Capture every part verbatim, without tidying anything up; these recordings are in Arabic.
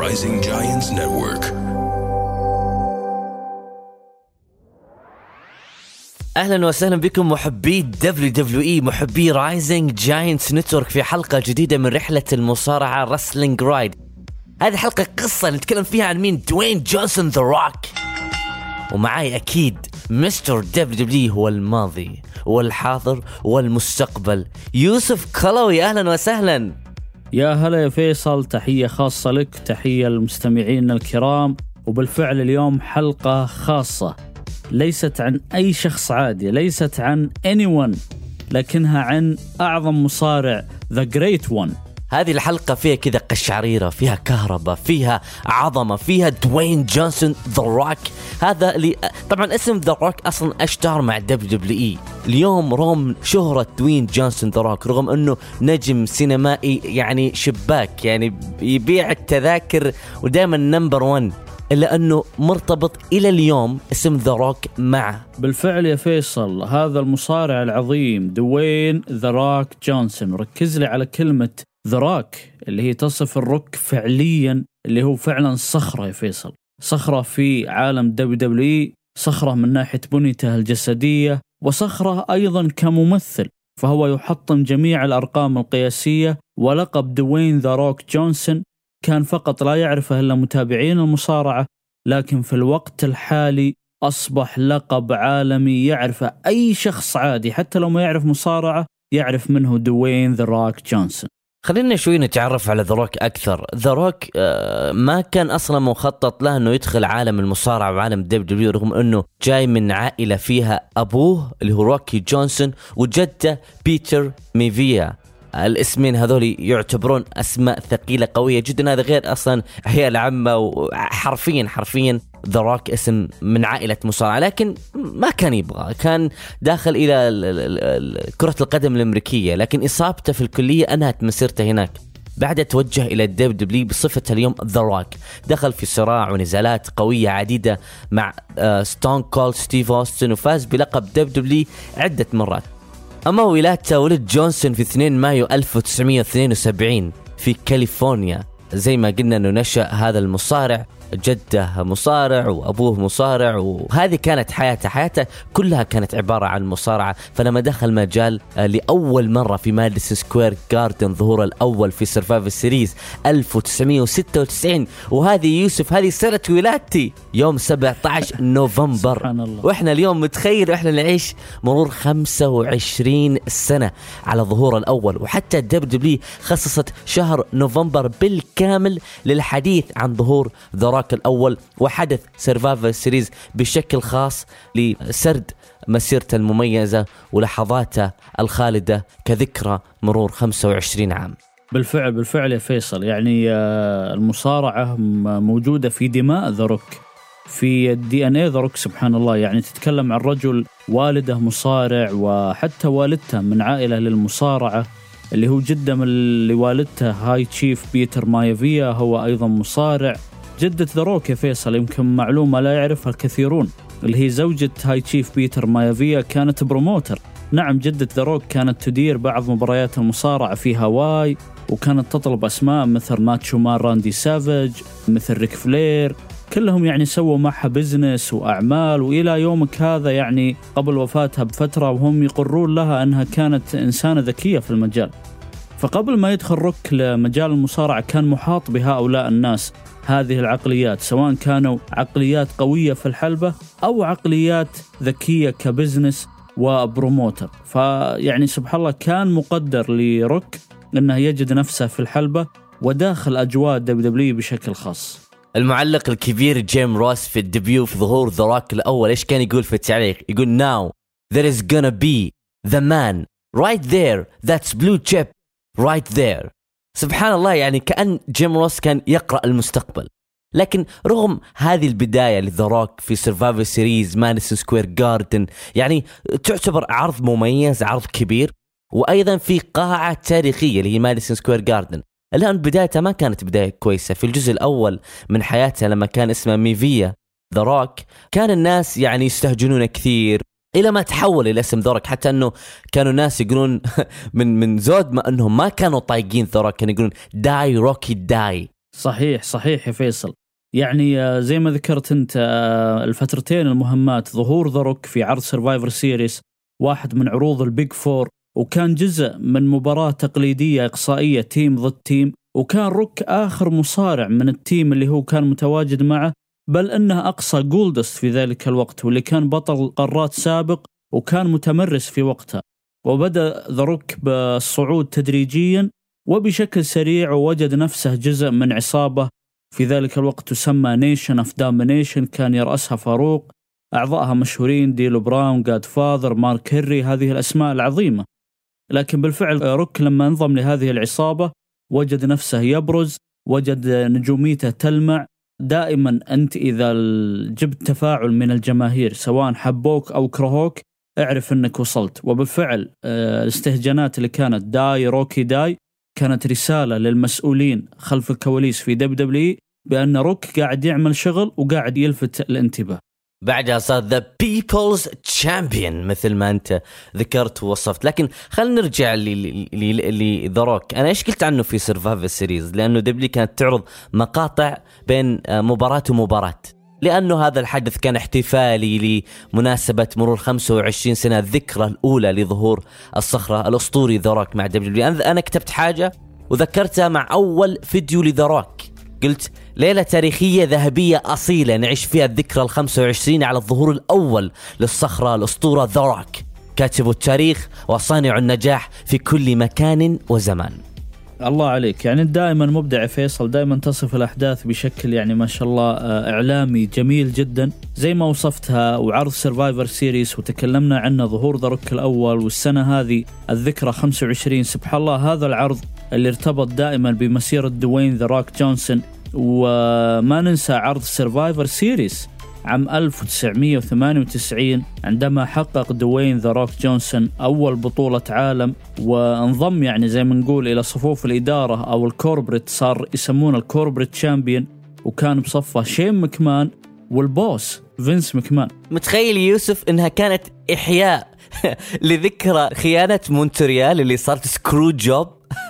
Rising Giants Network. أهلا وسهلا بكم محبي دبليو دبليو إي، محبي رايزنج جاينتس نتورك، في حلقة جديدة من رحلة المصارعة رسلينج رايد. هذه حلقة قصة نتكلم فيها عن مين؟ دوين جونسون ذا روك، ومعاي أكيد مستر دبليو دبليو هو الماضي والحاضر والمستقبل، يوسف كلوي. أهلا وسهلا. يا هلا يا فيصل، تحية خاصة لك، تحية للمستمعين الكرام. وبالفعل اليوم حلقة خاصة، ليست عن أي شخص عادي، ليست عن anyone، لكنها عن أعظم مصارع The Great One. هذه الحلقة فيها كذا قشعريرة، فيها كهرباء، فيها عظمة، فيها دوين جونسون ذا روك. هذا اللي طبعا اسم ذا روك أصلا أشتهر مع دبليو دبليو إي. اليوم رغم شهرة دوين جونسون ذا روك، رغم أنه نجم سينمائي يعني شباك، يعني يبيع التذاكر ودائما نمبر ون، إلا أنه مرتبط إلى اليوم اسم ذا روك معه. بالفعل يا فيصل، هذا المصارع العظيم دوين ذا روك جونسون، ركز لي على كلمة ذا روك اللي هي تصف الروك فعليا، اللي هو فعلا صخرة يا فيصل، صخرة في عالم دبليو دبليو إي، صخرة من ناحية بنيته الجسدية، وصخرة أيضا كممثل، فهو يحطم جميع الأرقام القياسية. ولقب دوين ذا روك جونسون كان فقط لا يعرفه إلا متابعين المصارعة، لكن في الوقت الحالي أصبح لقب عالمي يعرفه أي شخص عادي، حتى لو ما يعرف مصارعة يعرف منه دوين ذا روك جونسون. خلينا شوي نتعرف على ذا روك أكثر. ذا روك آه ما كان أصلا مخطط له أنه يدخل عالم المصارعة وعالم دبليو دبليو، رغم أنه جاي من عائلة فيها أبوه اللي هو روكي جونسون وجدته بيتر ميفيا. الاسمين هذول يعتبرون أسماء ثقيلة قوية جدا، هذا غير أصلا عيال عمه، وحرفيا حرفيا ذا روك اسم من عائلة مصارعة، لكن ما كان يبغى، كان داخل إلى كرة القدم الأمريكية، لكن إصابته في الكلية أنهت مسيرته هناك. بعد توجه إلى الدبليو دبليو بصفة اليوم ذا روك، دخل في صراع ونزالات قوية عديدة مع ستون كولد ستيف أوستن، وفاز بلقب دبليو دبليو عدة مرات. أما ولادته، ولد جونسون في اثنين مايو ألف وتسعمائة واثنين وسبعين في كاليفورنيا. زي ما قلنا أنه نشأ هذا المصارع، جده مصارع وأبوه مصارع، وهذه كانت حياته حياته كلها كانت عبارة عن مصارعة. فلما دخل مجال لأول مرة في ماديسون سكوير جاردن، ظهوره الأول في سرفايفر سيريز ألف وتسعمائة وستة وتسعين، وهذه يوسف هذه سنة ولادتي يوم سبعة عشر نوفمبر، وإحنا اليوم متخيل إحنا نعيش مرور خمسة وعشرين سنة على ظهور الأول. وحتى دبليو دبليو خصصت شهر نوفمبر بالكامل للحديث عن ظهور ذا الأول، وحدث سيرفايفر سيريز بشكل خاص لسرد مسيرته المميزة ولحظاته الخالدة كذكرى مرور خمسة وعشرين عام. بالفعل بالفعل يا فيصل، يعني المصارعة موجودة في دماء ذا روك، في الدي ان اي ذا روك، سبحان الله. يعني تتكلم عن رجل والده مصارع، وحتى والدته من عائلة للمصارعة، اللي هو جدة من لوالدته هاي تشيف بيتر مايفيا هو أيضا مصارع. جدة ذا روك يا فيصل يمكن معلومة لا يعرفها الكثيرون، اللي هي زوجة هاي تشيف بيتر مايفيا كانت بروموتر. نعم، جدة ذا روك كانت تدير بعض مباريات المصارعة في هاواي، وكانت تطلب أسماء مثل ماتشو مان راندي سافيج، مثل ريك فلير، كلهم يعني سووا معها بزنس وأعمال. وإلى يومك هذا يعني قبل وفاتها بفترة وهم يقرون لها أنها كانت إنسانة ذكية في المجال. فقبل ما يدخل روك لمجال المصارعة كان محاط بهؤلاء الناس، هذه العقليات، سواء كانوا عقليات قوية في الحلبة أو عقليات ذكية كبزنس وبروموتر. فيعني سبحان الله كان مقدر لروك أنه يجد نفسه في الحلبة وداخل أجواء دبليو دبليو بشكل خاص. المعلق الكبير جيم روس في الديبيو في ظهور ذا روك الأول إيش كان يقول في التعليق؟ يقول now there is gonna be the man right there that's blue chip right there. سبحان الله، يعني كأن جيم روس كان يقرأ المستقبل. لكن رغم هذه البداية لذا روك في سيرفايفر سيريز ماديسون سكوير جاردن، يعني تعتبر عرض مميز، عرض كبير، وأيضا في قاعة تاريخية اللي هي ماديسون سكوير جاردن. الآن بدايته ما كانت بداية كويسة. في الجزء الأول من حياته لما كان اسمه ميفيا ذا روك، كان الناس يعني يستهجنونه كثير، إلى ما تحول إلى اسم ذا روك، حتى أنه كانوا ناس يقولون من من زود ما أنهم ما كانوا طايقين ذا روك، كانوا يقولون داي روكي داي، صحيح صحيح يا فيصل. يعني زي ما ذكرت أنت الفترتين المهمات، ظهور ذا روك في عرض سيرفايفر سيريس، واحد من عروض البيج فور، وكان جزء من مباراة تقليدية إقصائية تيم ضد تيم، وكان روك آخر مصارع من التيم اللي هو كان متواجد معه، بل أنه أقصى جولدست في ذلك الوقت، واللي كان بطل قارات سابق وكان متمرس في وقتها. وبدأ ذا روك بالصعود تدريجيا وبشكل سريع، ووجد نفسه جزء من عصابة في ذلك الوقت تسمى نيشن اوف دومينيشن، كان يرأسها فاروق، أعضائها مشهورين ديلو براون، جاد فاذر، مارك هيري، هذه الأسماء العظيمة. لكن بالفعل روك لما انضم لهذه العصابة وجد نفسه يبرز، وجد نجوميته تلمع. دائما أنت إذا جبت تفاعل من الجماهير سواء حبوك أو كرهوك اعرف أنك وصلت. وبالفعل الاستهجانات اللي كانت داي روكي داي كانت رسالة للمسؤولين خلف الكواليس في دبليو دبليو إي بأن روك قاعد يعمل شغل وقاعد يلفت الانتباه. بعدها صار The People's Champion مثل ما أنت ذكرت ووصفت. لكن خلينا نرجع لذا روك. أنا إيش قلت عنه في سيرفايفر سيريز؟ لأنه دبليو كانت تعرض مقاطع بين مباراة ومباراة، لأنه هذا الحدث كان احتفالي لمناسبة مرور خمسة وعشرين سنة، الذكرى الأولى لظهور الصخرة الأسطوري ذا روك مع دبليو. أنا كتبت حاجة وذكرتها مع أول فيديو لذا روك، قلت ليلة تاريخية ذهبية أصيلة نعيش فيها الذكرى الخمسة وعشرين على الظهور الأول للصخرة الأسطورة ذا روك، كاتب التاريخ وصانع النجاح في كل مكان وزمان. الله عليك، يعني دائما مبدع فيصل، دائما تصف الأحداث بشكل يعني ما شاء الله إعلامي جميل جدا زي ما وصفتها. وعرض سيرفايفر سيريس وتكلمنا عنه، ظهور ذا روك الأول، والسنة هذه الذكرى خمسة وعشرين. سبحان الله هذا العرض اللي ارتبط دائما بمسيرة دوين ذا روك جونسون. وما ننسى عرض سيرفايفر سيريس عام ألف وتسعمية وثمانية وتسعين عندما حقق دوين ذا روك جونسون أول بطولة عالم، وانضم يعني زي ما نقول إلى صفوف الإدارة أو الكوربريت، صار يسمونه الكوربريت شامبيون، وكان بصفه شين مكمان والبوس فينس مكمان. متخيل يوسف إنها كانت إحياء لذكرى خيانة مونتريال اللي صارت سكرو جوب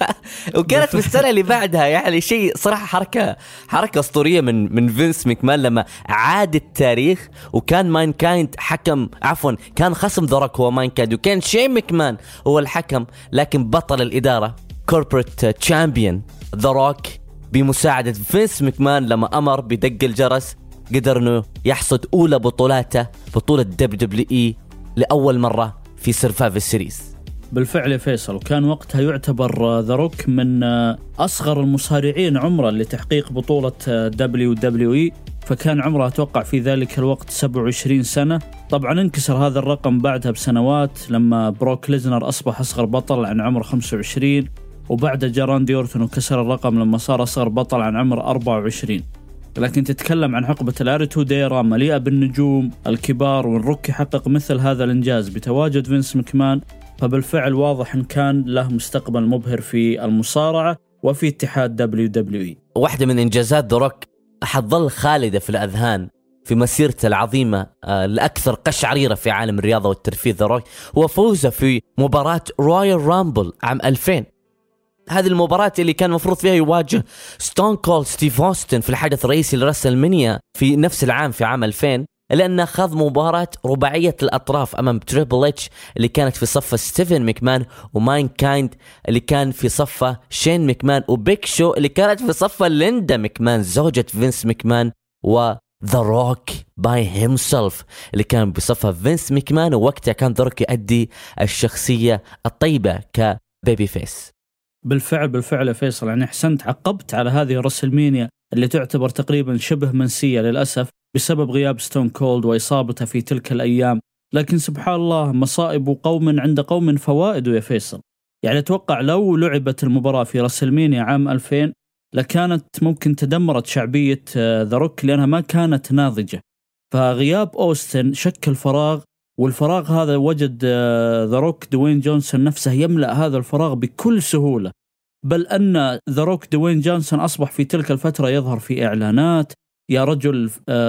وكانت في السنة اللي بعدها. يعني شيء صراحة حركة حركة أسطورية من من فينس مكمان لما عاد التاريخ، وكان مان كايند حكم، عفوا كان خصم ذا روك هو مان كايند، وكان شين مكمان هو الحكم، لكن بطل الإدارة كوربريت تشامبيون ذا روك بمساعدة فينس مكمان لما أمر بدق الجرس قدر إنه يحصد أولى بطولاته، بطولة دبليو دبليو إي لأول مرة في سيرفايفر سيريز. بالفعل فيصل، وكان وقتها يعتبر ذا روك من أصغر المصارعين عمرا لتحقيق بطولة دبليو دبليو إي، فكان عمره أتوقع في ذلك الوقت سبعة وعشرين سنة. طبعا انكسر هذا الرقم بعدها بسنوات لما بروك ليزنر أصبح أصغر بطل عن عمر خمسة وعشرين، وبعد جاران ديورتون وكسر الرقم لما صار أصغر بطل عن عمر أربعة وعشرين. لكن تتكلم عن حقبة الأريتو ديرا مليئة بالنجوم الكبار، والروك يحقق مثل هذا الإنجاز بتواجد فينس مكمان، فبالفعل واضح أن كان له مستقبل مبهر في المصارعة وفي اتحاد دبليو دبليو إي. واحدة من إنجازات ذا روك حتظل خالدة في الأذهان في مسيرته العظيمة الأكثر قشعريرة في عالم الرياضة والترفيه ذا روك، هو فوزه في مباراة رويال رامبل عام ألفين. هذه المباراة اللي كان مفروض فيها يواجه ستون كولد ستيف أوستن في الحدث الرئيسي لرسلمانيا في نفس العام في عام ألفين، لأنه خاض مباراة رباعية الأطراف أمام تريبل اتش اللي كانت في صفة ستيفن مكمان، وماين كايند اللي كان في صفة شين مكمان، وبيك شو اللي كانت في صفة ليندا مكمان زوجة فينس مكمان، و The Rock by himself اللي كان بصفة فينس مكمان. ووقتها كان ذا روك يؤدي الشخصية الطيبة كبيبي فيس. بالفعل بالفعل فيصل، يعني أحسنت، عقبت على هذه الرسلمانيا اللي تعتبر تقريبا شبه منسية للأسف بسبب غياب ستون كولد وإصابته في تلك الأيام. لكن سبحان الله مصائب قوم عند قوم فوائد يا فيصل. يعني أتوقع لو لعبت المباراة في رسلمانيا عام ألفين لكانت ممكن تدمرت شعبية ذا روك لأنها ما كانت ناضجة، فغياب أوستن شكل فراغ، والفراغ هذا وجد ذا روك دوين جونسون نفسه يملأ هذا الفراغ بكل سهولة. بل أن ذا روك دوين جونسون أصبح في تلك الفترة يظهر في إعلانات. يا رجل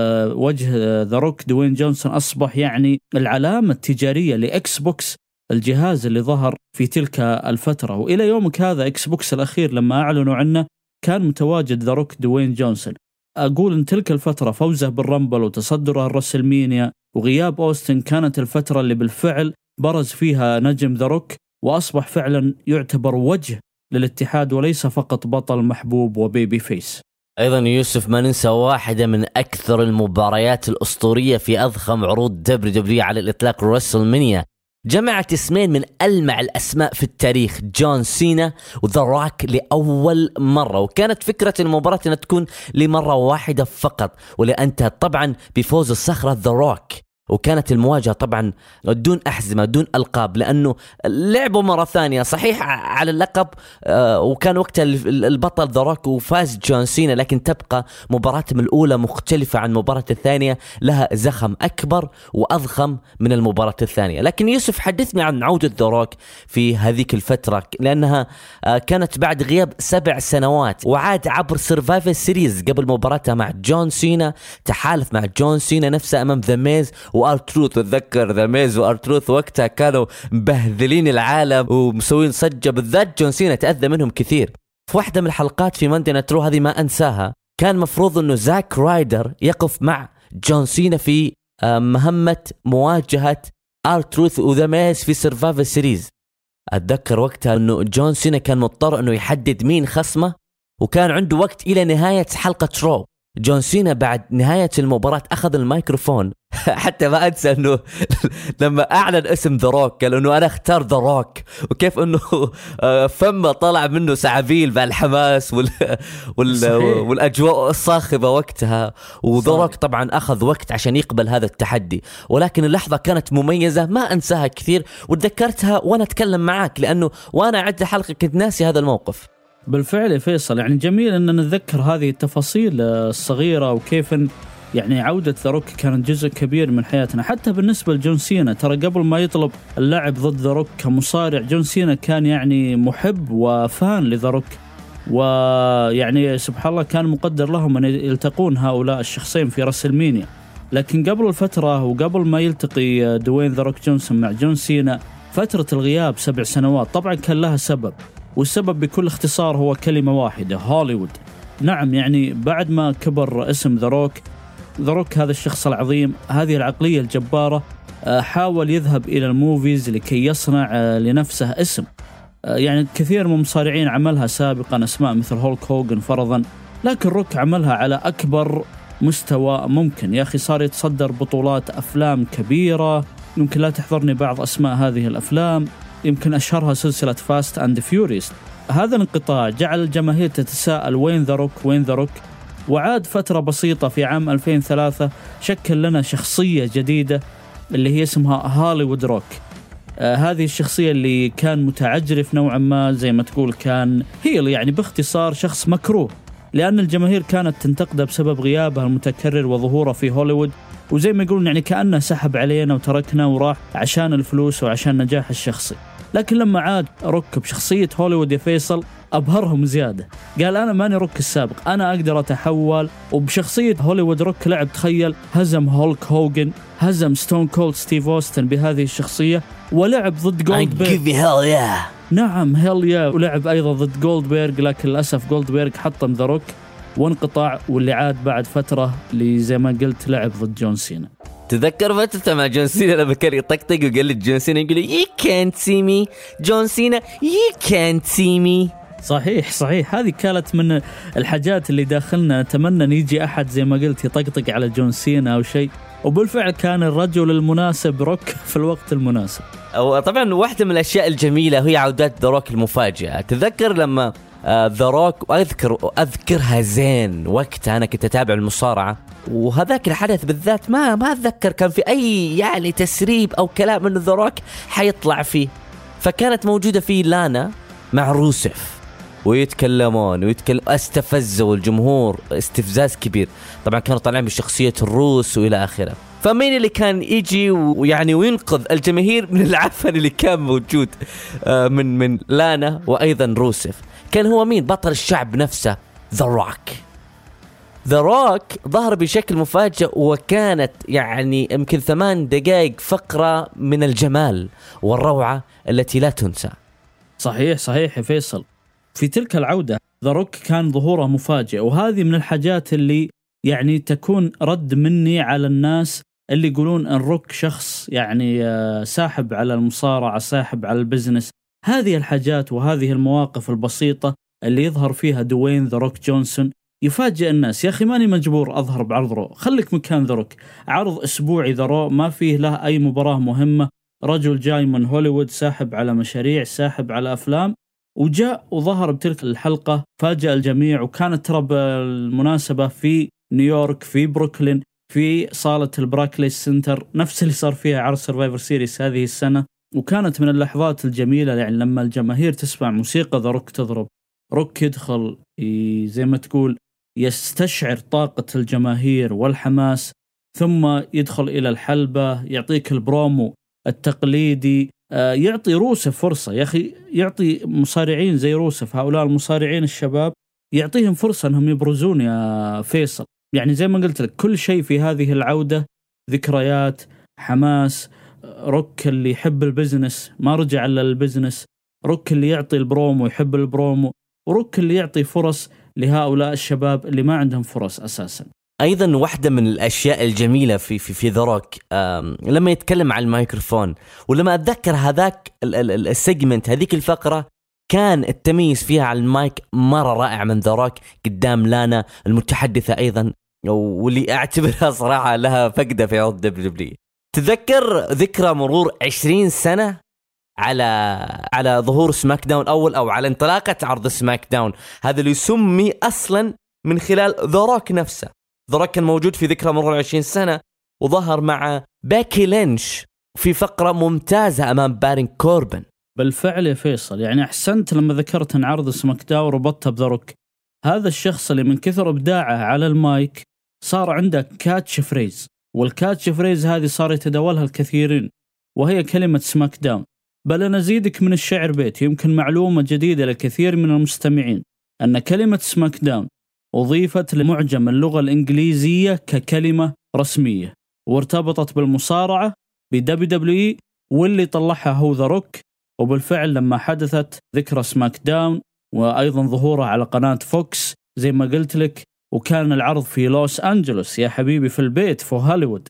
وجه ذا روك دوين جونسون أصبح يعني العلامة التجارية لإكس بوكس، الجهاز اللي ظهر في تلك الفترة. وإلى يومك هذا إكس بوكس الأخير لما أعلنوا عنه كان متواجد ذا روك دوين جونسون. أقول إن تلك الفترة فوزه بالرامبل وتصدره الرسلمينيا وغياب أوستن كانت الفترة اللي بالفعل برز فيها نجم ذا روك وأصبح فعلا يعتبر وجه للاتحاد وليس فقط بطل محبوب وبيبي فيس. أيضا يوسف ما ننسى واحدة من أكثر المباريات الأسطورية في أضخم عروض دبليو دبليو على الإطلاق، رسلمانيا، جمعت اسمين من ألمع الأسماء في التاريخ، جون سينا وذا روك لأول مرة. وكانت فكرة المباراة أن تكون لمرة واحدة فقط، ولأنتهت طبعا بفوز الصخرة ذا روك. وكانت المواجهة طبعا دون أحزمة دون ألقاب، لأنه لعبوا مرة ثانية صحيح على اللقب وكان وقتها البطل ذا روك وفاز جون سينا، لكن تبقى مباراتهم الأولى مختلفة عن المباراة الثانية، لها زخم أكبر وأضخم من المباراة الثانية. لكن يوسف حدثني عن عودة ذا روك في هذيك الفترة، لأنها كانت بعد غياب سبع سنوات، وعاد عبر سيرفايفر سيريز قبل مباراتها مع جون سينا، تحالف مع جون سينا نفسه أمام ذا ميز وارتروث. اتذكر ذا ميز وارتروث وقتها كانوا مبهذلين العالم ومسوين صجة، بالذات جون سينا تأذى منهم كثير. في واحدة من الحلقات في ماندي نايت رو، هذه ما أنساها، كان مفروض أنه زاك رايدر يقف مع جون سينا في مهمة مواجهة ارتروث وذا ميز في سيرفايفر سيريز. أتذكر وقتها أنه جون سينا كان مضطر أنه يحدد مين خصمه، وكان عنده وقت إلى نهاية حلقة رو. جون سينا بعد نهاية المباراة أخذ الميكروفون حتى ما أنسى أنه لما أعلن اسم ذا روك قال أنه أنا اختار ذا روك، وكيف أنه فما طلع منه سعابيل بالحماس وال... وال... والأجواء الصاخبة وقتها. وذا روك طبعا أخذ وقت عشان يقبل هذا التحدي، ولكن اللحظة كانت مميزة ما أنساها كثير، وتذكرتها وأنا أتكلم معاك، لأنه وأنا أعد حلقة كنت ناسي هذا الموقف. بالفعل فيصل، يعني جميل أن نتذكر هذه التفاصيل الصغيرة، وكيف يعني عودة ذا روك كانت جزء كبير من حياتنا. حتى بالنسبة لجون سينا، ترى قبل ما يطلب اللعب ضد ذا روك كمصارع، جون سينا كان يعني محب وفان لذا روك، ويعني سبحان الله كان مقدر لهم أن يلتقون هؤلاء الشخصين في رسلمانيا. لكن قبل الفترة وقبل ما يلتقي دوين ذا روك جونسون مع جون سينا، فترة الغياب سبع سنوات طبعا كان لها سبب، والسبب بكل اختصار هو كلمة واحدة: هوليوود. نعم، يعني بعد ما كبر اسم ذا روك، ذا روك هذا الشخص العظيم، هذه العقلية الجبارة، حاول يذهب إلى الموفيز لكي يصنع لنفسه اسم. يعني كثير من المصارعين عملها سابقا، أسماء مثل هولك هوغن فرضا، لكن روك عملها على أكبر مستوى ممكن. يا أخي صار يتصدر بطولات أفلام كبيرة، يمكن لا تحضرني بعض أسماء هذه الأفلام، يمكن أشهرها سلسلة فاست أند فيوريس. هذا الانقطاع جعل الجماهير تتساءل وين ذا روك وين ذا روك. وعاد فترة بسيطة في عام ألفين وثلاثة شكل لنا شخصية جديدة اللي هي اسمها هوليوود روك. آه هذه الشخصية اللي كان متعجرف نوعا ما، زي ما تقول كان هيل، يعني باختصار شخص مكروه، لأن الجماهير كانت تنتقده بسبب غيابه المتكرر وظهوره في هوليوود، وزي ما يقولون يعني كأنه سحب علينا وتركنا وراح عشان الفلوس وعشان نجاح الشخصي. لكن لما عاد روك بشخصية هوليوود يا فيصل أبهرهم زيادة، قال أنا ماني روك السابق، أنا أقدر أتحول. وبشخصية هوليوود روك لعب، تخيل، هزم هولك هوغن، هزم ستون كولد ستيف أوستن بهذه الشخصية، ولعب ضد جولدبيرغ. نعم هيل يا، ولعب أيضا ضد جولدبيرغ، لكن للأسف جولدبيرغ حطم ذا روك وانقطاع، واللي عاد بعد فترة اللي زي ما قلت لعب ضد جون سينا. تذكر فترة مع جون سينا لما كان يطقطق وقال لي جون سينا يقول لي you can't see me جون سينا you can't see me. صحيح صحيح، هذه كانت من الحاجات اللي داخلنا، نتمنى أن يجي أحد زي ما قلت يطقطق على جون سينا أو شيء، وبالفعل كان الرجل المناسب روك في الوقت المناسب. طبعا واحدة من الأشياء الجميلة هي عودات ذا روك المفاجئة. تذكر لما ذا روك، وأذكر أذكرها زين وقتها أنا كنت أتابع المصارعة، وهذاك الحدث بالذات ما ما أتذكر كان في أي يعني تسريب أو كلام إنه ذا روك حيطلع فيه، فكانت موجودة فيه لانا مع روسف ويتكلمون ويتكلم استفزوا الجمهور استفزاز كبير. طبعا كانوا طالعين بشخصية الروس وإلى آخره. فمين اللي كان يجي ويعني وينقذ الجماهير من العفن اللي كان موجود من من لانا وأيضا روسف؟ كان هو مين؟ بطل الشعب نفسه، ذا روك. ذا روك ظهر بشكل مفاجئ، وكانت يعني يمكن ثمان دقائق فقرة من الجمال والروعة التي لا تنسى. صحيح صحيح يا فيصل. في تلك العودة ذا روك كان ظهوره مفاجئ، وهذه من الحاجات اللي يعني تكون رد مني على الناس اللي يقولون ان روك شخص يعني ساحب على المصارعة، ساحب على البزنس. هذه الحاجات وهذه المواقف البسيطة اللي يظهر فيها دوين ذا روك جونسون يفاجئ الناس. يا أخي ماني مجبور أظهر بعرض رو، خليك مكان ذا روك. عرض أسبوعي ذا رو ما فيه له أي مباراة مهمة، رجل جاي من هوليوود ساحب على مشاريع، ساحب على أفلام، وجاء وظهر بتلك الحلقة فاجأ الجميع. وكانت ترى بالمناسبة في نيويورك، في بروكلين، في صالة البراكليس سنتر، نفس اللي صار فيها عرض سيرفايفر سيريس هذه السنة. وكانت من اللحظات الجميلة يعني لما الجماهير تسمع موسيقى ذا روك تضرب، روك يدخل زي ما تقول يستشعر طاقة الجماهير والحماس، ثم يدخل إلى الحلبة، يعطيك البرومو التقليدي، يعطي روسف فرصة. يا أخي يعطي مصارعين زي روسف، هؤلاء المصارعين الشباب، يعطيهم فرصة أنهم يبرزون يا فيصل. يعني زي ما قلت لك كل شيء في هذه العودة ذكريات، حماس. روك اللي يحب البزنس ما رجع على البزنس، روك اللي يعطي البرومو يحب البرومو، وروك اللي يعطي فرص لهؤلاء الشباب اللي ما عندهم فرص أساسا. أيضا واحدة من الأشياء الجميلة في في في ذا روك لما يتكلم عن الميكروفون، ولما أتذكر هذاك السيجمنت هذيك الفقرة كان التمييز فيها على المايك مرة رائع من ذا روك قدام لانا المتحدثة أيضا، واللي أعتبرها صراحة لها فقدة في عرض دبليو دبليو. تذكر ذكرى مرور عشرين سنة على على ظهور سماك داون أول، أو على انطلاقة عرض سماك داون، هذا اللي يسمي أصلا من خلال ذا روك نفسه. ذا روك كان موجود في ذكرى مرور عشرين سنة وظهر مع باكي لينش في فقرة ممتازة أمام بارين كوربن. بالفعل يا فيصل، يعني أحسنت لما ذكرت أن عرض سماك داون ربطها بذا روك. هذا الشخص اللي من كثر إبداعه على المايك صار عنده كاتش فريز، والكاتش فريز هذه صار يتداولها الكثيرين، وهي كلمة سماك داون. بل أنا أزيدك من الشعر بيت، يمكن معلومة جديدة لكثير من المستمعين أن كلمة سماك داون أضيفت لمعجم اللغة الإنجليزية ككلمة رسمية، وارتبطت بالمصارعة بدبليو دبليو إي، واللي طلعها هو ذا روك. وبالفعل لما حدثت ذكرى سماك داون وأيضا ظهوره على قناة فوكس زي ما قلت لك، وكان العرض في لوس أنجلوس يا حبيبي في البيت في هوليوود،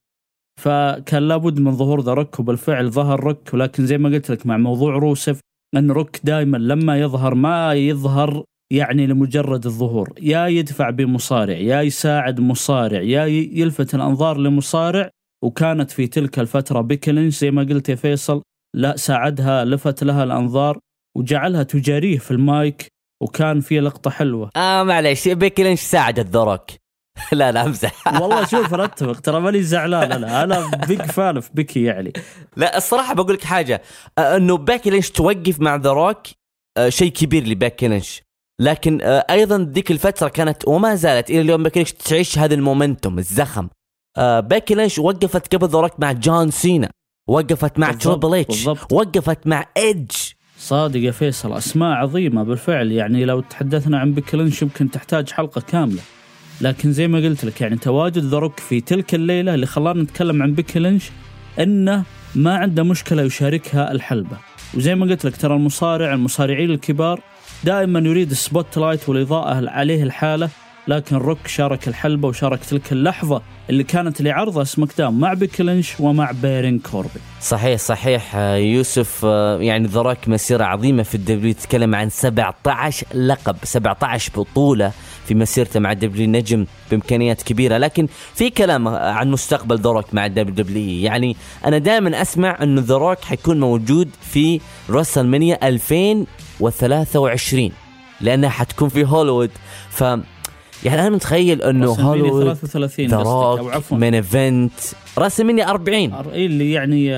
فكان لابد من ظهور ذا روك. وبالفعل ظهر روك، ولكن زي ما قلت لك مع موضوع روسف أن روك دائما لما يظهر ما يظهر يعني لمجرد الظهور، يا يدفع بمصارع، يا يساعد مصارع، يا يلفت الأنظار لمصارع. وكانت في تلك الفترة بيكي لينش زي ما قلت يا فيصل، لا ساعدها، لفت لها الأنظار وجعلها تجاريه في المايك، وكان في لقطة حلوة. آه معليش، بيكي لينش ساعدت ذا روك. لا لا امزح. والله شوف رتبك، ترى ماني زعلان، انا انا بيك فان في بيكي يعني. لا الصراحه بقول لك حاجه، انه بيكي لينش توقف مع ذا روك شيء كبير لبيكي لينش، لكن ايضا ذيك الفتره كانت وما زالت الى اليوم بيكي لينش تعيش هذا المومنتوم الزخم. بيكي لينش وقفت قبل ذا روك مع جون سينا، وقفت مع تريبل اتش، وقفت مع ايدج. صادق يا فيصل، اسماء عظيمه بالفعل. يعني لو تحدثنا عن بيكي لينش يمكن تحتاج حلقه كامله، لكن زي ما قلت لك يعني تواجد ذا روك في تلك الليلة اللي خلانا نتكلم عن بيكي لينش إنه ما عنده مشكلة يشاركها الحلبة. وزي ما قلت لك ترى المصارع المصارعين الكبار دائما يريد السبوت لايت والإضاءة عليه الحالة، لكن روك شارك الحلبة وشارك تلك اللحظة اللي كانت لعرضها سماك داون مع بيكي لينش ومع بارين كوربن. صحيح صحيح يوسف، يعني ذا روك مسيرة عظيمة في الدبليو، تتكلم عن سبعة عشر لقب، سبعة عشر بطولة في مسيرته مع الدبليو، نجم بإمكانيات كبيرة. لكن في كلام عن مستقبل ذا روك مع الدبليو دبليو، يعني أنا دائما أسمع أنه ذا روك حيكون موجود في راسل مانيا ألفين وثلاثة وعشرين لأنها حتكون في هوليوود. ف يعني أنا متخيل أنه هوليوود ثلاثة وثلاثين ذا روك مين إيفنت راسل مانيا أربعين اللي يعني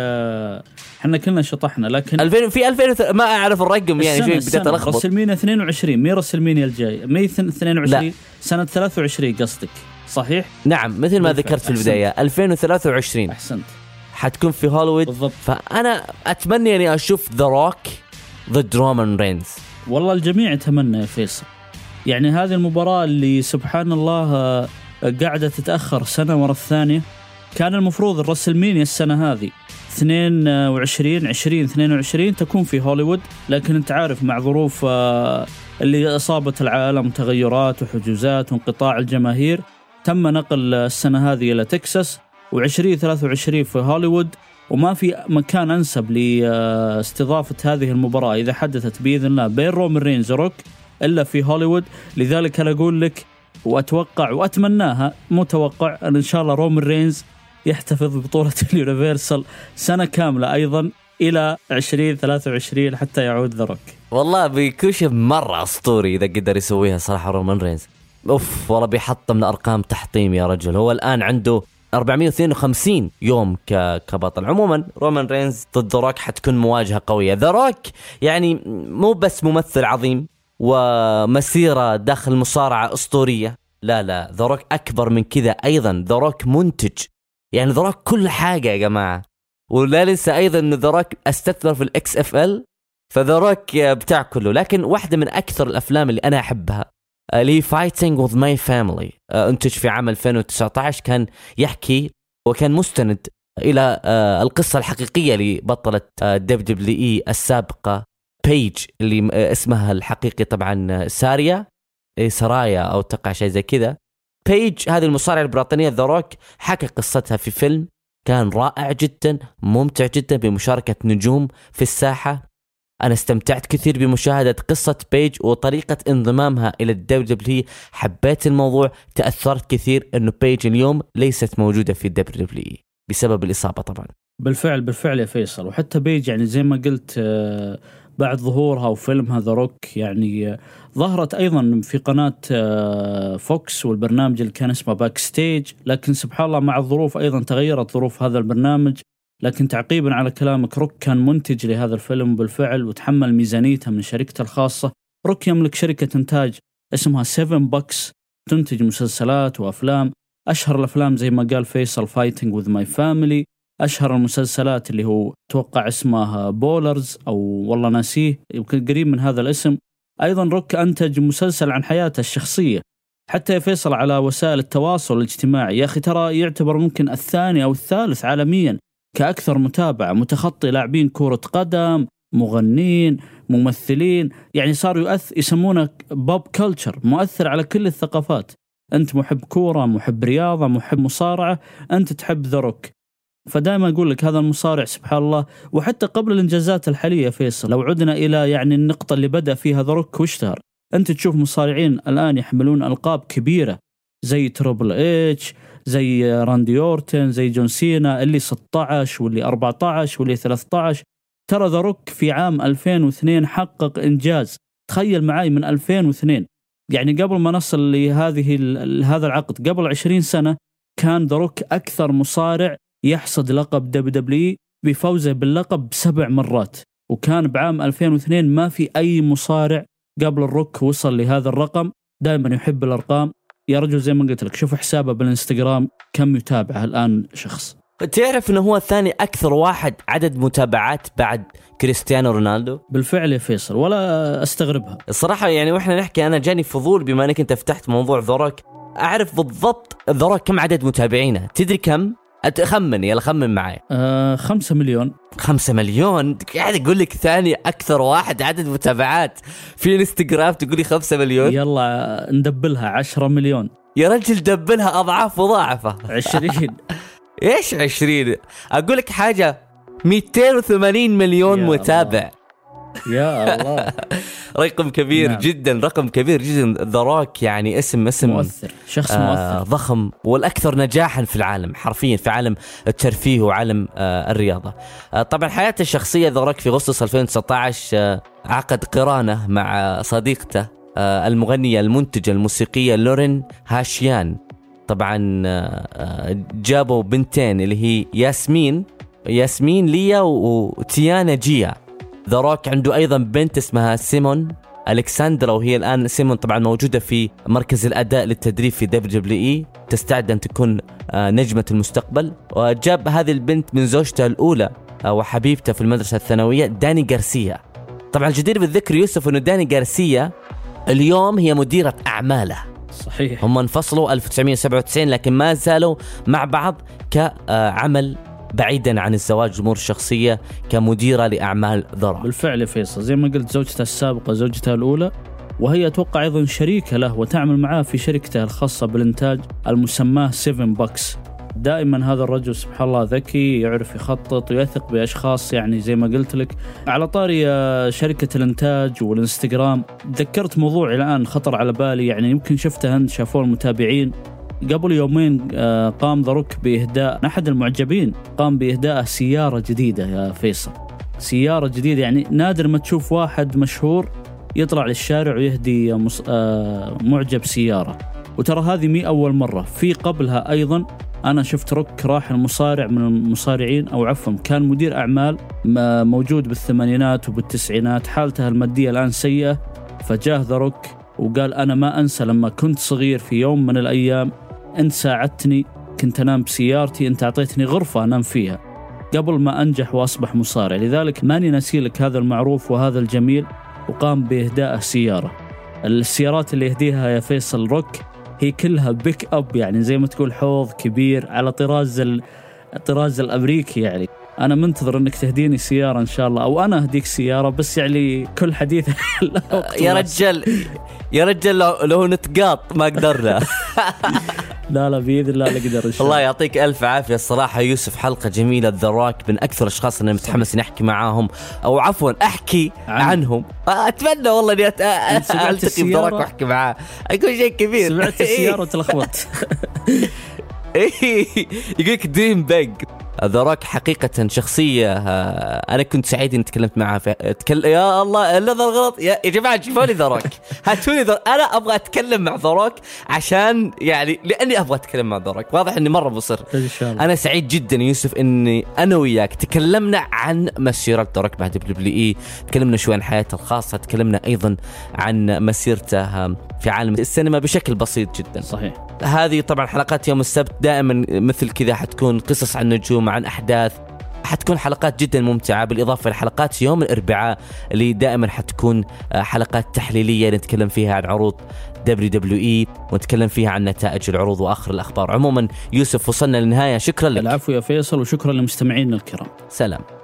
احنا كنا شطحنا، لكن ألفين في ألفين ما أعرف الرقم يعني شوي بدأت ألخبط. راسل مانيا اثنين وعشرين مي راسل مانيا الجاي مي اثنين وعشرين لا. سنة ثلاثة وعشرين قصدك صحيح؟ نعم مثل ما ذكرت في البداية ألفين وثلاثة وعشرين أحسنت حتكون في هوليوود بالضبط. فأنا أتمنى أني أشوف ذا روك ضد رومان رينز. والله الجميع يتمنى يا فيصل، يعني هذه المباراة اللي سبحان الله قاعدة تتأخر سنة ورا الثانية. كان المفروض الرسلمينيا السنة هذه اثنين وعشرين عشرين اثنين وعشرين تكون في هوليوود، لكن انت عارف مع ظروف اللي أصابت العالم تغيرات وحجوزات وانقطاع الجماهير، تم نقل السنة هذه إلى تكساس، وعشرين ثلاثة وعشرين في هوليوود. وما في مكان أنسب لاستضافة هذه المباراة إذا حدثت بإذن الله بين رومان رينز وروك إلا في هوليوود. لذلك أنا أقول لك وأتوقع وأتمناها، متوقع أن إن شاء الله رومان رينز يحتفظ ببطولة اليونيفرسال سنة كاملة أيضا إلى عشرين ثلاثة وعشرين حتى يعود ذا روك. والله بيكشف مرة أسطوري إذا قدر يسويها صراحة رومان رينز. أوف والله بيحطم الأرقام تحطيم يا رجل. هو الآن عنده أربعمائة واثنين وخمسين يوم كبطل. عموما رومان رينز ضد ذا روك حتكون مواجهة قوية. ذا روك يعني مو بس ممثل عظيم ومسيرة داخل المصارعة أسطورية، لا لا ذا روك أكبر من كذا أيضا. ذا روك منتج، يعني ذا روك كل حاجة يا جماعة. ولا ننسى أيضا أن ذا روك استثمر في الإكس إف إل، فذا روك بتاع كله. لكن واحدة من أكثر الأفلام اللي أنا أحبها اللي Fighting with my family، انتج في عام ألفين وتسعة عشر، كان يحكي وكان مستند إلى القصة الحقيقية لبطلة دبليو دبليو إي السابقة بيج، اللي اسمها الحقيقي طبعا ساريا سرايا أو تقع شيء زي كذا. بيج هذه المصارعة البريطانية، ذا روك حكى قصتها في فيلم كان رائع جدا، ممتع جدا، بمشاركة نجوم في الساحة. أنا استمتعت كثير بمشاهدة قصة بيج وطريقة انضمامها إلى الدبليو دبليو. حبيت الموضوع، تأثرت كثير إنه بيج اليوم ليست موجودة في الدبليو دبليو بسبب الإصابة طبعا. بالفعل بالفعل يا فيصل. وحتى بيج يعني زي ما قلت بعد ظهورها وفيلمها ذا روك يعني ظهرت أيضا في قناة فوكس والبرنامج اللي كان اسمه باك ستيج. لكن سبحان الله مع الظروف أيضا تغيرت ظروف هذا البرنامج. لكن تعقيبا على كلامك، روك كان منتج لهذا الفيلم بالفعل وتحمل ميزانيتها من شركته الخاصة. روك يملك شركة إنتاج اسمها سيفن بوكس تنتج مسلسلات وأفلام. أشهر الأفلام زي ما قال فيصل Fighting with my family. أشهر المسلسلات اللي هو توقع اسمها بولرز أو والله ناسيه، يمكن قريب من هذا الاسم. أيضا روك أنتج مسلسل عن حياته الشخصية. حتى يفصل على وسائل التواصل الاجتماعي، يا أخي ترى يعتبر ممكن الثاني أو الثالث عالميا كأكثر متابعة، متخطي لاعبين كرة قدم، مغنين، ممثلين. يعني صار يؤثر، يسمونه بوب كلتشر، مؤثر على كل الثقافات. أنت محب كورة، محب رياضة، محب مصارعة، أنت تحب ذا روك. فدائما أقول لك هذا المصارع سبحان الله. وحتى قبل الإنجازات الحالية فيصل، لو عدنا إلى يعني النقطة اللي بدأ فيها ذا روك واشتهر، أنت تشوف مصارعين الآن يحملون ألقاب كبيرة زي تريبل إتش، زي راندي أورتن، زي جون سينا، اللي ستة عشر واللي أربعة عشر واللي ثلاثة عشر. ترى ذا روك في عام ألفين واثنين حقق إنجاز. تخيل معاي من ألفين واثنين، يعني قبل ما نصل لهذه هذا العقد قبل عشرين سنة، كان ذا روك أكثر مصارع يحصد لقب دبليو دبليو بفوزه باللقب سبع مرات. وكان بعام ألفين واثنين ما في أي مصارع قبل الروك وصل لهذا الرقم. دائما يحب الأرقام يا رجل. زي ما قلت لك، شوف حسابه بالإنستغرام كم يتابعه الآن شخص. تعرف أنه هو الثاني أكثر واحد عدد متابعات بعد كريستيانو رونالدو؟ بالفعل يا فيصل، ولا أستغربها الصراحة. يعني وإحنا نحكي أنا جاني فضول بما أنك أنت فتحت موضوع ذا روك، أعرف بالضبط ذا روك كم عدد متابعينه. تدري كم؟ أتخمن، يلا خمن معي. آه خمسة مليون. خمسة مليون؟ قاعد أقول لك ثاني أكثر واحد عدد متابعات في الانستغرام تقول لي خمسة مليون. يلا ندبلها عشرة مليون. يا رجل دبلها أضعاف مضاعفة. عشرين. إيش عشرين؟ أقول لك حاجة، مئتين وثمانين مليون يا متابع الله. يا الله. رقم كبير نعم. جدا، رقم كبير جدا. ذا روك يعني اسم اسم مؤثر، شخص آه مؤثر ضخم، والأكثر نجاحا في العالم حرفيا، في عالم الترفيه وعالم آه الرياضة. آه طبعا حياته الشخصية، ذا روك في أغسطس ألفين وتسعة عشر آه عقد قرانة مع صديقته آه المغنية المنتجة الموسيقية لورين هاشيان. طبعا آه جابوا بنتين اللي هي ياسمين ياسمين ليا وتيانا جيا. ذا روك عنده أيضا بنت اسمها سيمون ألكسندرا، وهي الآن سيمون طبعا موجودة في مركز الأداء للتدريب في دبليو دبليو إي، تستعد أن تكون نجمة المستقبل. وجاب هذه البنت من زوجته الأولى وحبيبته في المدرسة الثانوية داني غارسيا. طبعا الجدير بالذكر يوسف أنه داني غارسيا اليوم هي مديرة أعماله. صحيح. هم انفصلوا ألف وتسعمائة وسبعة وتسعين لكن ما زالوا مع بعض كعمل بعيدا عن الزواج، أمور شخصية، كمديرة لأعمال ذا روك. بالفعل يا فيصل، زي ما قلت زوجته السابقة زوجته الأولى وهي أتوقع أيضا شريكة له وتعمل معاه في شركته الخاصة بالإنتاج المسماه سيفن بوكس. دائما هذا الرجل سبحان الله ذكي، يعرف يخطط ويثق بأشخاص، يعني زي ما قلت لك. على طاري شركة الإنتاج والإنستغرام، ذكرت موضوع الآن خطر على بالي، يعني يمكن شفته أنت، شافوه المتابعين. قبل يومين قام ذا روك بإهداء أحد المعجبين، قام بإهداء سيارة جديدة يا فيصل. سيارة جديدة، يعني نادر ما تشوف واحد مشهور يطلع للشارع ويهدي معجب سيارة. وترى هذه مي أول مرة، في قبلها أيضا أنا شفت روك راح المصارع من المصارعين، أو عفوا كان مدير أعمال موجود بالثمانينات وبالتسعينات، حالته المادية الآن سيئة، فجاه ذا روك وقال أنا ما أنسى لما كنت صغير في يوم من الأيام أنت ساعدتني، كنت أنام بسيارتي، أنت أعطيتني غرفة أنام فيها قبل ما أنجح وأصبح مصارع. لذلك ماني ناسي لك هذا المعروف وهذا الجميل. وقام بإهداء سيارة. السيارات اللي يهديها يا فيصل روك هي كلها بيك أب، يعني زي ما تقول حوض كبير على طراز الطراز الأمريكي. يعني أنا منتظر أنك تهديني سيارة إن شاء الله، أو أنا أهديك سيارة، بس يعني كل حديث يا رجال يا رجال لو نتقاط ما قدرنا. لا لا بإذن الله نقدر إن شاء الله. الله يعطيك ألف عافية الصراحة يوسف، حلقة جميلة. ذا روك من أكثر الأشخاص أنا متحمس نحكي معاهم، أو عفوا أحكي عن... عنهم. أتمنى والله إني أت... ألتقي بذا روك وأحكي معاه، أقول شيء كبير. سمعت السيارة وتلخبط. يقولك دريم بيج. ذا روك حقيقة شخصية أنا كنت سعيد إني تكلمت معها في تكل... يا الله اللي ذا الغلط يا... يا جماعة شوفوني ذا روك، هاتوني ذا. أنا أبغى أتكلم مع ذا روك عشان يعني لأني أبغى أتكلم مع ذا روك، واضح إني مرة بصر. أنا سعيد جدا يوسف إني أنا وياك تكلمنا عن مسيرة ذا روك مع دبليو دبليو إي، تكلمنا شوي عن حياته الخاصة، تكلمنا أيضا عن مسيرته في عالم السينما بشكل بسيط جدا. صحيح. هذه طبعا حلقات يوم السبت دائما مثل كذا حتكون قصص عن نجوم، عن أحداث، حتكون حلقات جدا ممتعة، بالإضافة لحلقات يوم الأربعاء اللي دائما حتكون حلقات تحليلية نتكلم فيها عن عروض دبليو دبليو إي ونتكلم فيها عن نتائج العروض وآخر الأخبار. عموما يوسف وصلنا للنهاية، شكرا لك. العفو يا فيصل، وشكرا لمستمعينا الكرام. سلام.